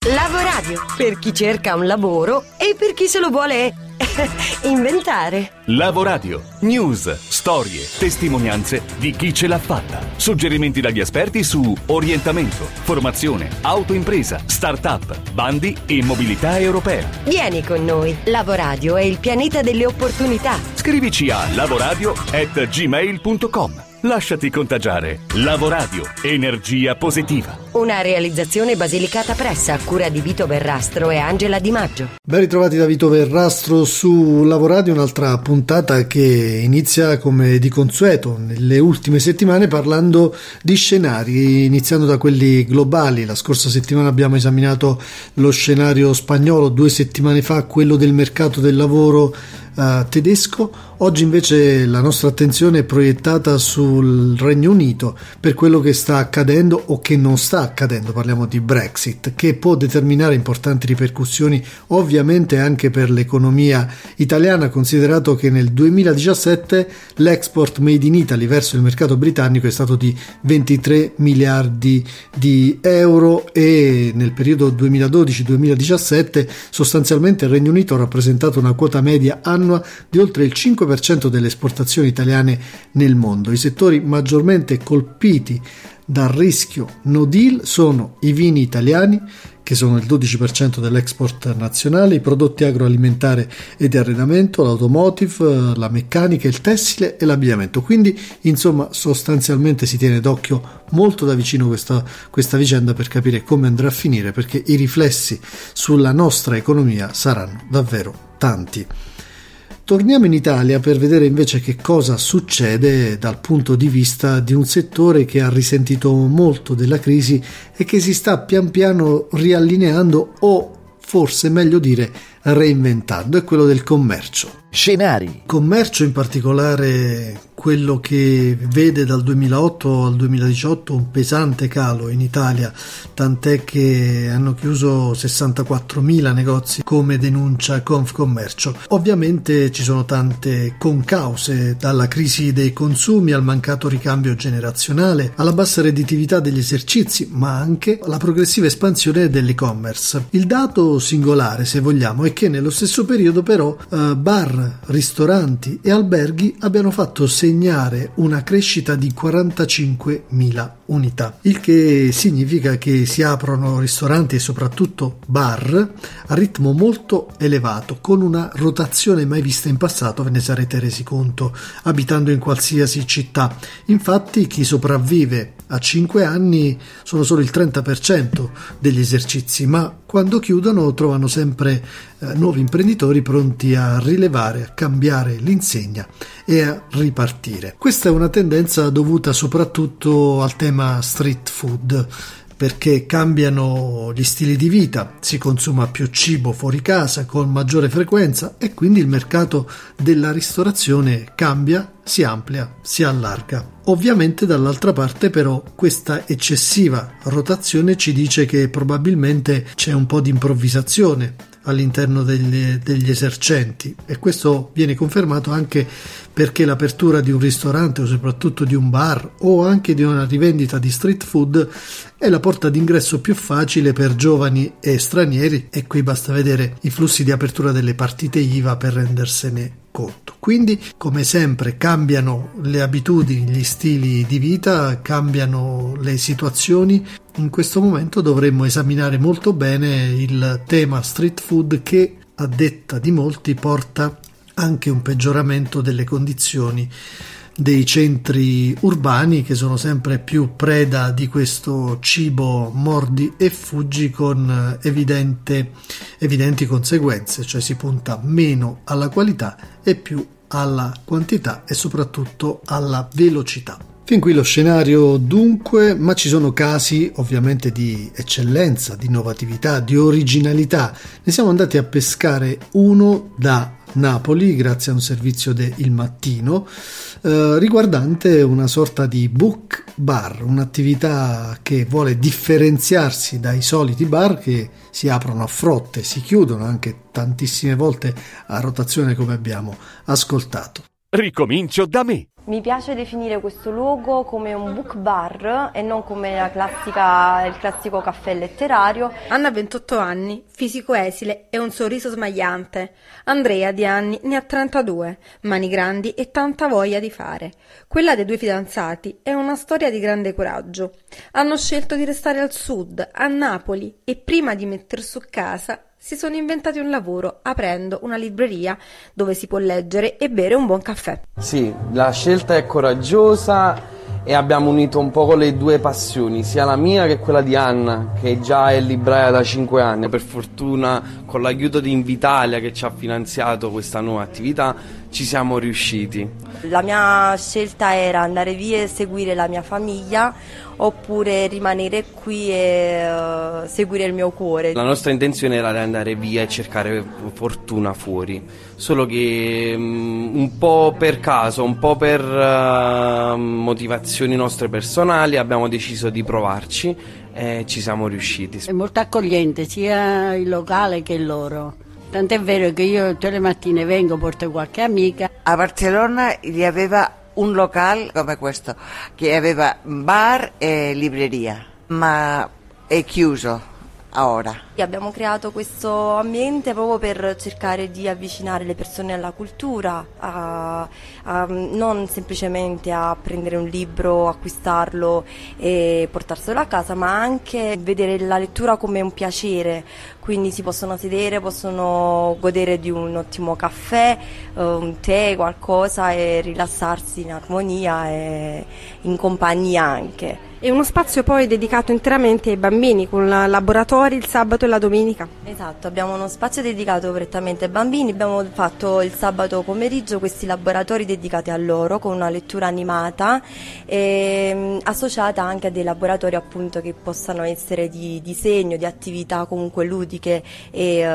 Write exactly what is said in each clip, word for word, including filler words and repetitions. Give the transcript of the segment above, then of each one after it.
Lavoradio, per chi cerca un lavoro e per chi se lo vuole inventare. Lavoradio, news, storie, testimonianze di chi ce l'ha fatta. Suggerimenti dagli esperti su orientamento, formazione, autoimpresa, start-up, bandi e mobilità europea. Vieni con noi. Lavoradio è il pianeta delle opportunità. Scrivici a lavoradio at gmail punto com. Lasciati contagiare. Lavoradio, energia positiva. Una realizzazione Basilicata Press a cura di Vito Verrastro e Angela Di Maggio. Ben ritrovati da Vito Verrastro su Lavoradio, un'altra puntata che inizia come di consueto nelle ultime settimane parlando di scenari, iniziando da quelli globali. La scorsa settimana abbiamo esaminato lo scenario spagnolo, due settimane fa quello del mercato del lavoro Uh, tedesco. Oggi invece la nostra attenzione è proiettata sul Regno Unito per quello che sta accadendo o che non sta accadendo. Parliamo di Brexit, che può determinare importanti ripercussioni ovviamente anche per l'economia italiana, considerato che nel duemiladiciassette l'export made in Italy verso il mercato britannico è stato di ventitré miliardi di euro e nel periodo duemiladodici duemiladiciassette sostanzialmente il Regno Unito ha rappresentato una quota media annua di oltre il cinque per cento delle esportazioni italiane nel mondo. I settori maggiormente colpiti dal rischio no deal sono i vini italiani, che sono il dodici per cento dell'export nazionale, i prodotti agroalimentari e di arredamento, l'automotive, la meccanica, il tessile e l'abbigliamento. Quindi, insomma, sostanzialmente si tiene d'occhio molto da vicino questa, questa vicenda per capire come andrà a finire, perché i riflessi sulla nostra economia saranno davvero tanti. Torniamo in Italia per vedere invece che cosa succede dal punto di vista di un settore che ha risentito molto della crisi e che si sta pian piano riallineando o forse meglio dire reinventando, è quello del commercio. Scenari. Commercio, in particolare quello che vede dal duemilaotto al duemiladiciotto un pesante calo in Italia, tant'è che hanno chiuso sessantaquattromila negozi, come denuncia Confcommercio. Ovviamente ci sono tante concause, dalla crisi dei consumi al mancato ricambio generazionale, alla bassa redditività degli esercizi, ma anche alla progressiva espansione dell'e-commerce. Il dato singolare, se vogliamo, è che nello stesso periodo però eh, bar, ristoranti e alberghi abbiano fatto segnare una crescita di quarantacinquemila unità, il che significa che si aprono ristoranti e soprattutto bar a ritmo molto elevato, con una rotazione mai vista in passato, ve ne sarete resi conto abitando in qualsiasi città. Infatti chi sopravvive a cinque anni sono solo il trenta per cento degli esercizi, ma quando chiudono trovano sempre eh, nuovi imprenditori pronti a rilevare, a cambiare l'insegna e a ripartire. Questa è una tendenza dovuta soprattutto al tema street food, perché cambiano gli stili di vita, si consuma più cibo fuori casa con maggiore frequenza e quindi il mercato della ristorazione cambia, si amplia, si allarga. Ovviamente dall'altra parte però questa eccessiva rotazione ci dice che probabilmente c'è un po' di improvvisazione all'interno degli, degli esercenti, e questo viene confermato anche perché l'apertura di un ristorante o soprattutto di un bar o anche di una rivendita di street food è la porta d'ingresso più facile per giovani e stranieri, e qui basta vedere i flussi di apertura delle partite I V A per rendersene conto. Quindi, come sempre, cambiano le abitudini, gli stili di vita, cambiano le situazioni. In questo momento dovremmo esaminare molto bene il tema street food, che a detta di molti porta anche un peggioramento delle condizioni dei centri urbani, che sono sempre più preda di questo cibo mordi e fuggi con evidente, evidenti conseguenze, cioè si punta meno alla qualità e più alla quantità e soprattutto alla velocità. Fin qui lo scenario dunque, ma ci sono casi ovviamente di eccellenza, di innovatività, di originalità. Ne siamo andati a pescare uno da Napoli grazie a un servizio de Il Mattino eh, riguardante una sorta di book bar, un'attività che vuole differenziarsi dai soliti bar che si aprono a frotte, si chiudono anche tantissime volte a rotazione, come abbiamo ascoltato. Ricomincio da me. Mi piace definire questo luogo come un book bar e non come la classica, il classico caffè letterario. Anna ha ventotto anni, fisico esile e un sorriso smagliante. Andrea di anni ne ha trentadue, mani grandi e tanta voglia di fare. Quella dei due fidanzati è una storia di grande coraggio. Hanno scelto di restare al sud, a Napoli, e prima di metter su casa si sono inventati un lavoro aprendo una libreria dove si può leggere e bere un buon caffè. Sì, la scelta è coraggiosa e abbiamo unito un po' le due passioni, sia la mia che quella di Anna, che già è libraia da cinque anni. Per fortuna, con l'aiuto di Invitalia, che ci ha finanziato questa nuova attività, ci siamo riusciti. La mia scelta era andare via e seguire la mia famiglia, oppure rimanere qui e uh, seguire il mio cuore. La nostra intenzione era di andare via e cercare fortuna fuori, solo che um, un po' per caso, un po' per uh, motivazioni nostre personali abbiamo deciso di provarci e ci siamo riusciti. È molto accogliente sia il locale che loro. Tant'è vero che io tutte le mattine vengo, porto qualche amica. A Barcellona gli aveva un locale come questo, che aveva bar e libreria, ma è chiuso ora. Abbiamo creato questo ambiente proprio per cercare di avvicinare le persone alla cultura, a, a, non semplicemente a prendere un libro, acquistarlo e portarselo a casa, ma anche vedere la lettura come un piacere. Quindi si possono sedere, possono godere di un ottimo caffè, un tè, qualcosa, e rilassarsi in armonia e in compagnia anche. È uno spazio poi dedicato interamente ai bambini, con laboratori il sabato e la domenica. Esatto, abbiamo uno spazio dedicato prettamente ai bambini. Abbiamo fatto il sabato pomeriggio questi laboratori dedicati a loro, con una lettura animata e associata anche a dei laboratori appunto che possano essere di disegno, di attività comunque ludiche e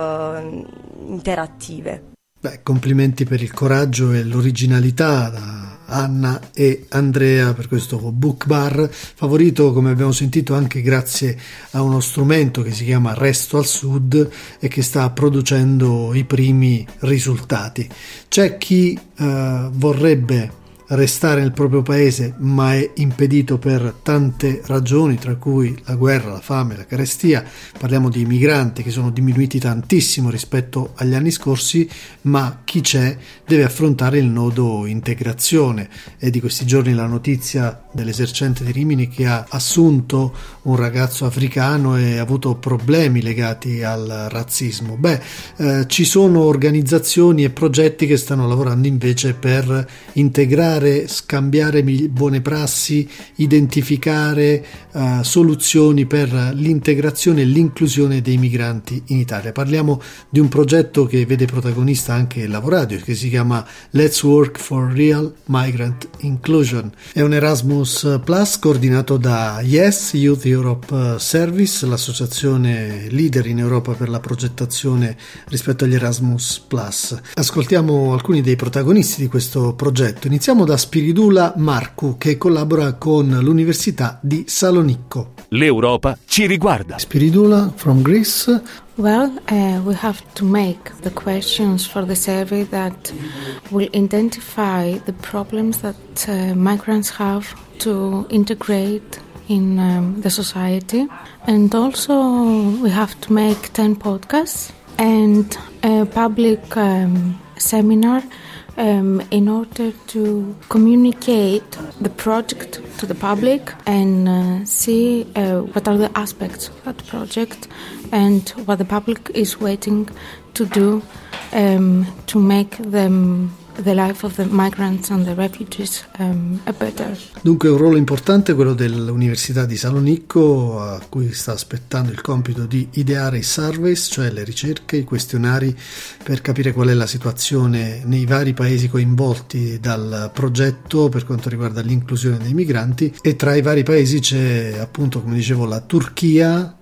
uh, interattive. Beh, complimenti per il coraggio e l'originalità da Anna e Andrea per questo book bar, favorito, come abbiamo sentito, anche grazie a uno strumento che si chiama Resto al Sud e che sta producendo i primi risultati. C'è chi eh, vorrebbe restare nel proprio paese ma è impedito per tante ragioni, tra cui la guerra, la fame, la carestia. Parliamo di migranti che sono diminuiti tantissimo rispetto agli anni scorsi, ma chi c'è deve affrontare il nodo integrazione. È di questi giorni la notizia dell'esercente di Rimini che ha assunto un ragazzo africano e ha avuto problemi legati al razzismo. Beh, eh, ci sono organizzazioni e progetti che stanno lavorando invece per integrare, scambiare buone prassi, identificare uh, soluzioni per l'integrazione e l'inclusione dei migranti in Italia. Parliamo di un progetto che vede protagonista anche Lavoradio, che si chiama Let's Work for Real Migrant Inclusion. È un Erasmus Plus coordinato da YES, Youth Europe Service, l'associazione leader in Europa per la progettazione rispetto agli Erasmus Plus. Ascoltiamo alcuni dei protagonisti di questo progetto. Iniziamo da Spiridula Marcu, che collabora con l'Università di Salonicco. L'Europa ci riguarda. Spiridula from Greece. Well, uh, we have to make the questions for the survey that will identify the problems that uh, migrants have to integrate in um, the society. And also we have to make ten podcasts and a public um, seminar Um, in order to communicate the project to the public and uh, see uh, what are the aspects of that project and what the public is waiting to do um, to make them the life of the migrants and the refugees um, a better. Dunque un ruolo importante quello dell'Università di Salonicco, a cui sta aspettando il compito di ideare i surveys, cioè le ricerche, i questionari per capire qual è la situazione nei vari paesi coinvolti dal progetto per quanto riguarda l'inclusione dei migranti. E tra i vari paesi c'è, appunto, come dicevo, la Turchia,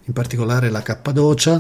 in particolare la Cappadocia,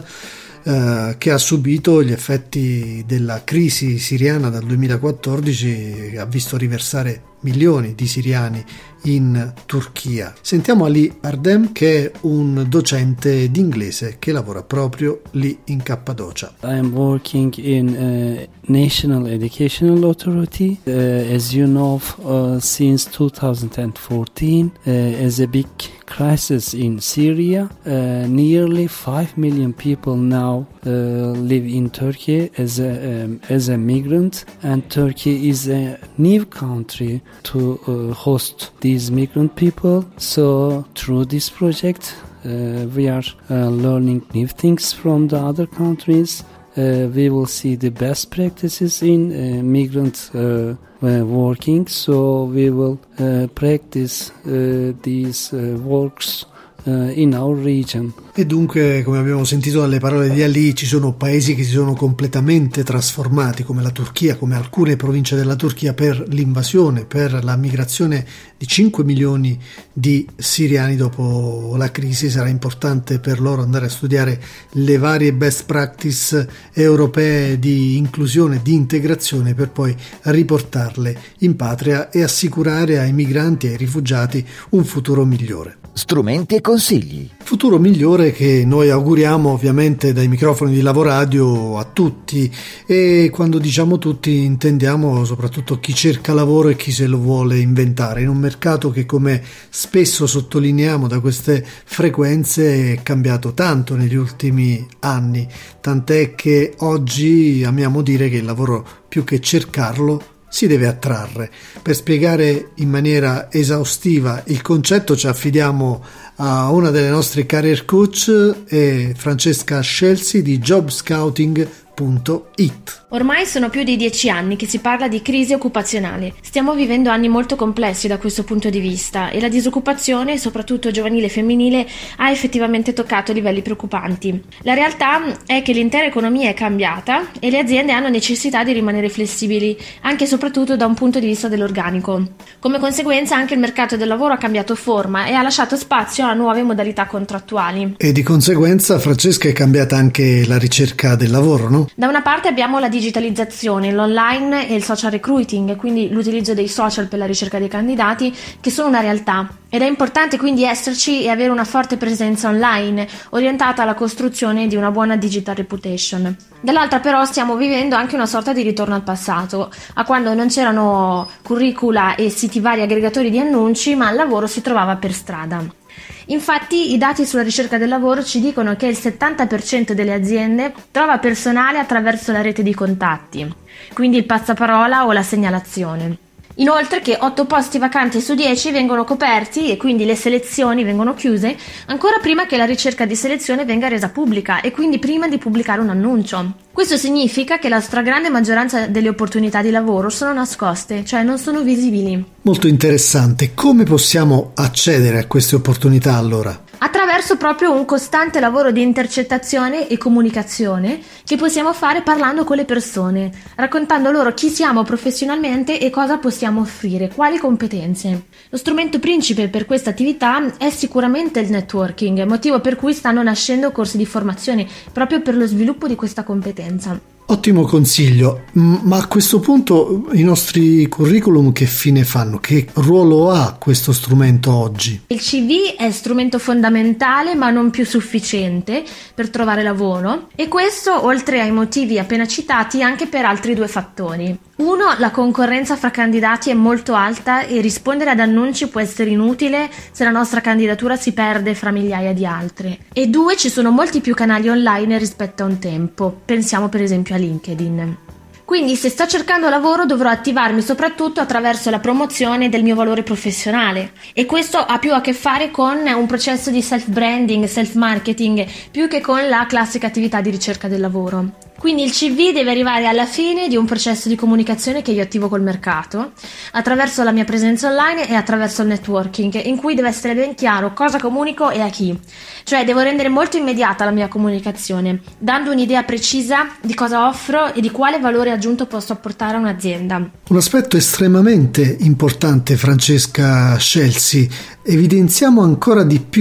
eh, che ha subito gli effetti della crisi siriana dal duemilaquattordici, che ha visto riversare milioni di siriani in Turchia. Sentiamo Ali Ardem, che è un docente di inglese che lavora proprio lì in Cappadocia. I am working in uh, National Educational Authority. Uh, as you know, uh, since twenty fourteen, uh, as a big crisis in Syria, uh, nearly five million people now uh, live in Turkey as a um, as a migrant, and Turkey is a new country to uh, host these migrant people. So through this project uh, we are uh, learning new things from the other countries. Uh, we will see the best practices in uh, migrant uh, uh, working, so we will uh, practice uh, these uh, works uh, in our region. E dunque, come abbiamo sentito dalle parole di Ali, ci sono paesi che si sono completamente trasformati, come la Turchia, come alcune province della Turchia, per l'invasione, per la migrazione di cinque milioni di siriani dopo la crisi. Sarà importante per loro andare a studiare le varie best practice europee di inclusione, di integrazione, per poi riportarle in patria e assicurare ai migranti e ai rifugiati un futuro migliore. Strumenti e consigli. Futuro migliore che noi auguriamo ovviamente dai microfoni di Lavoradio a tutti, e quando diciamo tutti intendiamo soprattutto chi cerca lavoro e chi se lo vuole inventare, in un mercato che, come spesso sottolineiamo da queste frequenze, è cambiato tanto negli ultimi anni, tant'è che oggi amiamo dire che il lavoro, più che cercarlo, si deve attrarre. Per spiegare in maniera esaustiva il concetto ci affidiamo a una delle nostre career coach, è Francesca Scelsi di job scouting punto it. Ormai sono più di dieci anni che si parla di crisi occupazionale. Stiamo vivendo anni molto complessi da questo punto di vista e la disoccupazione, soprattutto giovanile e femminile, ha effettivamente toccato livelli preoccupanti. La realtà è che l'intera economia è cambiata e le aziende hanno necessità di rimanere flessibili, anche e soprattutto da un punto di vista dell'organico. Come conseguenza anche il mercato del lavoro ha cambiato forma e ha lasciato spazio a nuove modalità contrattuali. E di conseguenza, Francesca, è cambiata anche la ricerca del lavoro, no? Da una parte abbiamo la digitalizzazione, l'online e il social recruiting, quindi l'utilizzo dei social per la ricerca dei candidati, che sono una realtà. Ed è importante quindi esserci e avere una forte presenza online, orientata alla costruzione di una buona digital reputation. Dall'altra però stiamo vivendo anche una sorta di ritorno al passato, a quando non c'erano curricula e siti vari aggregatori di annunci, ma il lavoro si trovava per strada. Infatti i dati sulla ricerca del lavoro ci dicono che il settanta per cento delle aziende trova personale attraverso la rete di contatti, quindi il passaparola o la segnalazione. Inoltre che otto posti vacanti su dieci vengono coperti e quindi le selezioni vengono chiuse ancora prima che la ricerca di selezione venga resa pubblica e quindi prima di pubblicare un annuncio. Questo significa che la stragrande maggioranza delle opportunità di lavoro sono nascoste, cioè non sono visibili. Molto interessante. Come possiamo accedere a queste opportunità allora? Attraverso proprio un costante lavoro di intercettazione e comunicazione che possiamo fare parlando con le persone, raccontando loro chi siamo professionalmente e cosa possiamo offrire, quali competenze. Lo strumento principe per questa attività è sicuramente il networking, motivo per cui stanno nascendo corsi di formazione proprio per lo sviluppo di questa competenza. Ottimo consiglio, ma a questo punto i nostri curriculum che fine fanno? Che ruolo ha questo strumento oggi? Il C V è strumento fondamentale ma non più sufficiente per trovare lavoro, e questo oltre ai motivi appena citati anche per altri due fattori. Uno, la concorrenza fra candidati è molto alta e rispondere ad annunci può essere inutile se la nostra candidatura si perde fra migliaia di altre. E due, ci sono molti più canali online rispetto a un tempo, pensiamo per esempio a LinkedIn. Quindi se sto cercando lavoro dovrò attivarmi soprattutto attraverso la promozione del mio valore professionale, e questo ha più a che fare con un processo di self-branding, self-marketing, più che con la classica attività di ricerca del lavoro. Quindi il C V deve arrivare alla fine di un processo di comunicazione che io attivo col mercato, attraverso la mia presenza online e attraverso il networking, in cui deve essere ben chiaro cosa comunico e a chi. Cioè devo rendere molto immediata la mia comunicazione, dando un'idea precisa di cosa offro e di quale valore aggiunto posso apportare a un'azienda. Un aspetto estremamente importante, Francesca Scelsi, evidenziamo ancora di più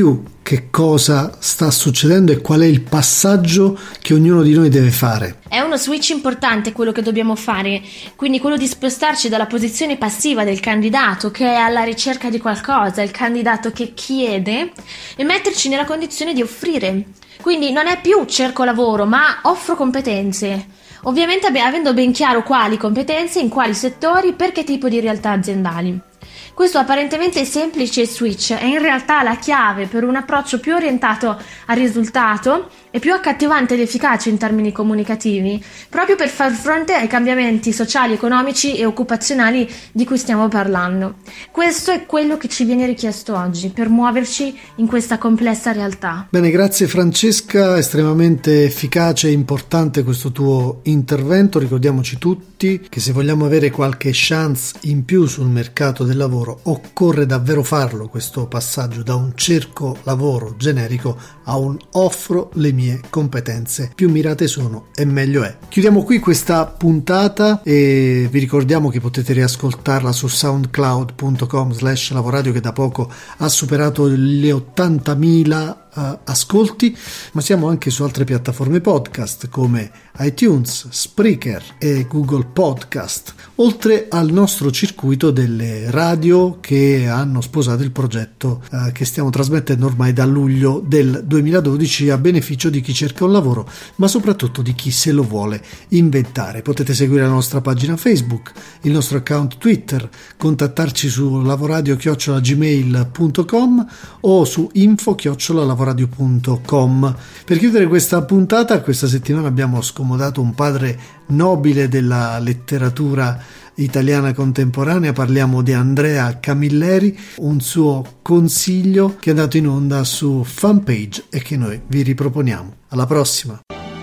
che cosa sta succedendo e qual è il passaggio che ognuno di noi deve fare. È uno switch importante quello che dobbiamo fare, quindi quello di spostarci dalla posizione passiva del candidato che è alla ricerca di qualcosa, il candidato che chiede, e metterci nella condizione di offrire. Quindi non è più cerco lavoro, ma offro competenze. Ovviamente avendo ben chiaro quali competenze, in quali settori, per che tipo di realtà aziendali. Questo apparentemente semplice switch è in realtà la chiave per un approccio più orientato al risultato e più accattivante ed efficace in termini comunicativi, proprio per far fronte ai cambiamenti sociali, economici e occupazionali di cui stiamo parlando. Questo è quello che ci viene richiesto oggi per muoverci in questa complessa realtà. Bene, grazie Francesca, estremamente efficace e importante questo tuo intervento. Ricordiamoci tutti che se vogliamo avere qualche chance in più sul mercato del lavoro occorre davvero farlo, questo passaggio da un cerco lavoro generico a un offro le mie competenze, più mirate sono e meglio è. Chiudiamo qui questa puntata e vi ricordiamo che potete riascoltarla su soundcloud punto com slash lavoradio, che da poco ha superato le ottantamila Uh, ascolti, ma siamo anche su altre piattaforme podcast come iTunes, Spreaker e Google Podcast, oltre al nostro circuito delle radio che hanno sposato il progetto uh, che stiamo trasmettendo ormai da luglio del duemiladodici a beneficio di chi cerca un lavoro, ma soprattutto di chi se lo vuole inventare. Potete seguire la nostra pagina Facebook, il nostro account Twitter, contattarci su lavoradio chiocciola gmail punto com o su info chiocciola lavoradio punto com. Per chiudere questa puntata, questa settimana abbiamo scomodato un padre nobile della letteratura italiana contemporanea. Parliamo di Andrea Camilleri, un suo consiglio che è andato in onda su Fanpage e che noi vi riproponiamo. Alla prossima.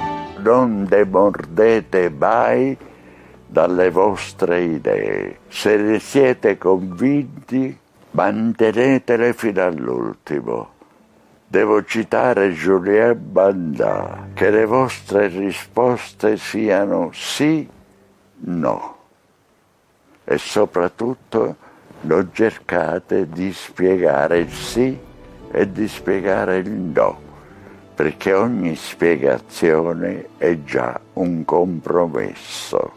Non demordete mai dalle vostre idee. Se ne siete convinti, mantenetele fino all'ultimo. Devo citare Julien Banda: che le vostre risposte siano sì, no. E soprattutto non cercate di spiegare il sì e di spiegare il no, perché ogni spiegazione è già un compromesso.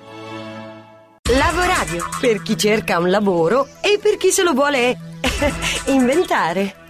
Lavoradio, per chi cerca un lavoro e per chi se lo vuole inventare.